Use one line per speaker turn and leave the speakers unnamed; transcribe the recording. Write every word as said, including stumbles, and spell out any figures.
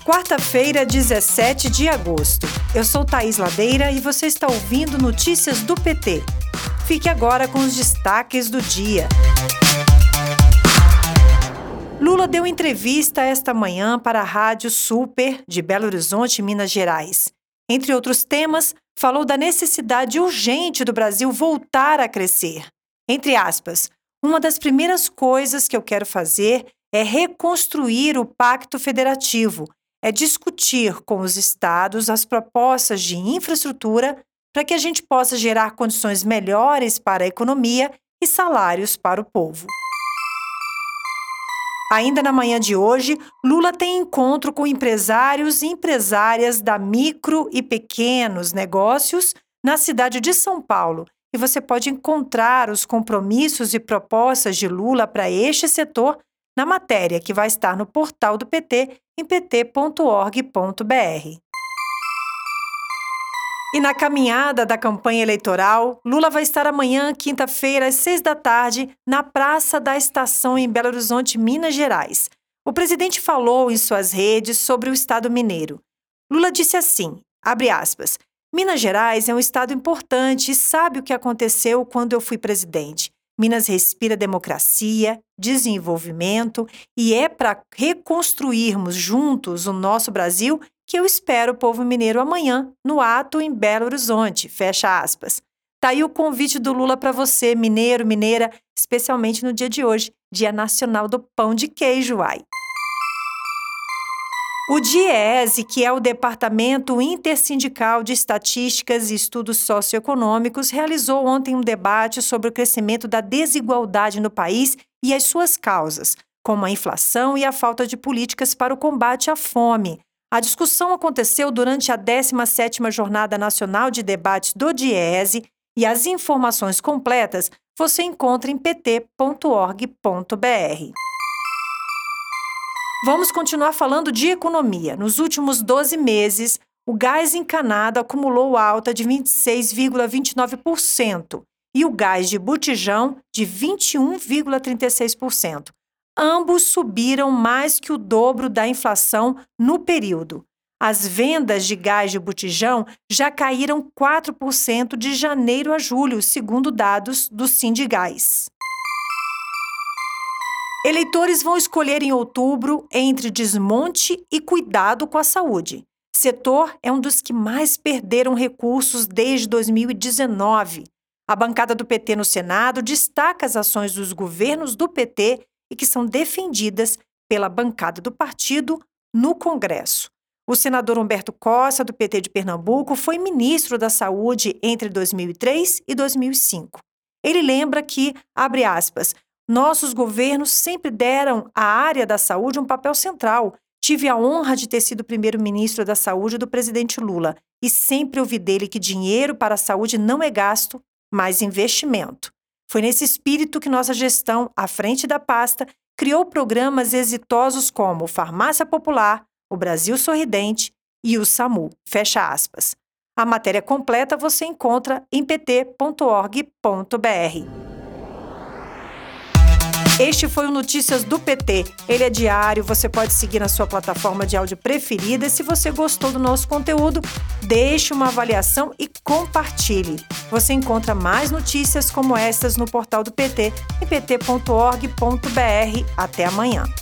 Quarta-feira, dezessete de agosto. Eu sou Thaís Ladeira e você está ouvindo Notícias do P T. Fique agora com os destaques do dia. Lula deu entrevista esta manhã para a Rádio Super de Belo Horizonte, Minas Gerais. Entre outros temas, falou da necessidade urgente do Brasil voltar a crescer. Entre aspas, uma das primeiras coisas que eu quero fazer é reconstruir o Pacto Federativo, é discutir com os estados as propostas de infraestrutura para que a gente possa gerar condições melhores para a economia e salários para o povo. Ainda na manhã de hoje, Lula tem encontro com empresários e empresárias da micro e pequenos negócios na cidade de São Paulo. E você pode encontrar os compromissos e propostas de Lula para este setor na matéria que vai estar no portal do P T em p t ponto org ponto b r. E na caminhada da campanha eleitoral, Lula vai estar amanhã, quinta-feira, às seis da tarde, na Praça da Estação, em Belo Horizonte, Minas Gerais. O presidente falou em suas redes sobre o estado mineiro. Lula disse assim, abre aspas, Minas Gerais é um estado importante e sabe o que aconteceu quando eu fui presidente. Minas respira democracia, desenvolvimento e é para reconstruirmos juntos o nosso Brasil que eu espero o povo mineiro amanhã, no ato em Belo Horizonte, fecha aspas. Tá aí o convite do Lula para você, mineiro, mineira, especialmente no dia de hoje, Dia Nacional do Pão de Queijo, ai. O DIEESE, que é o Departamento Intersindical de Estatísticas e Estudos Socioeconômicos, realizou ontem um debate sobre o crescimento da desigualdade no país e as suas causas, como a inflação e a falta de políticas para o combate à fome. A discussão aconteceu durante a décima sétima Jornada Nacional de Debates do DIEESE e as informações completas você encontra em p t ponto org ponto b r. Vamos continuar falando de economia. Nos últimos doze meses, o gás encanado acumulou alta de vinte e seis vírgula vinte e nove por cento e o gás de botijão de vinte e um vírgula trinta e seis por cento. Ambos subiram mais que o dobro da inflação no período. As vendas de gás de botijão já caíram quatro por cento de janeiro a julho, segundo dados do Sindigás. Eleitores vão escolher em outubro entre desmonte e cuidado com a saúde. Setor é um dos que mais perderam recursos desde dois mil e dezenove. A bancada do P T no Senado destaca as ações dos governos do P T e que são defendidas pela bancada do partido no Congresso. O senador Humberto Costa, do P T de Pernambuco, foi ministro da Saúde entre dois mil e três e dois mil e cinco. Ele lembra que, abre aspas, nossos governos sempre deram à área da saúde um papel central. Tive a honra de ter sido primeiro-ministro da Saúde do presidente Lula e sempre ouvi dele que dinheiro para a saúde não é gasto, mas investimento. Foi nesse espírito que nossa gestão, à frente da pasta, criou programas exitosos como Farmácia Popular, o Brasil Sorridente e o SAMU. Fecha aspas. A matéria completa você encontra em p t ponto org ponto b r. Este foi o Notícias do P T. Ele é diário, você pode seguir na sua plataforma de áudio preferida. E se você gostou do nosso conteúdo, deixe uma avaliação e compartilhe. Você encontra mais notícias como estas no portal do P T em p t ponto org ponto b r. Até amanhã.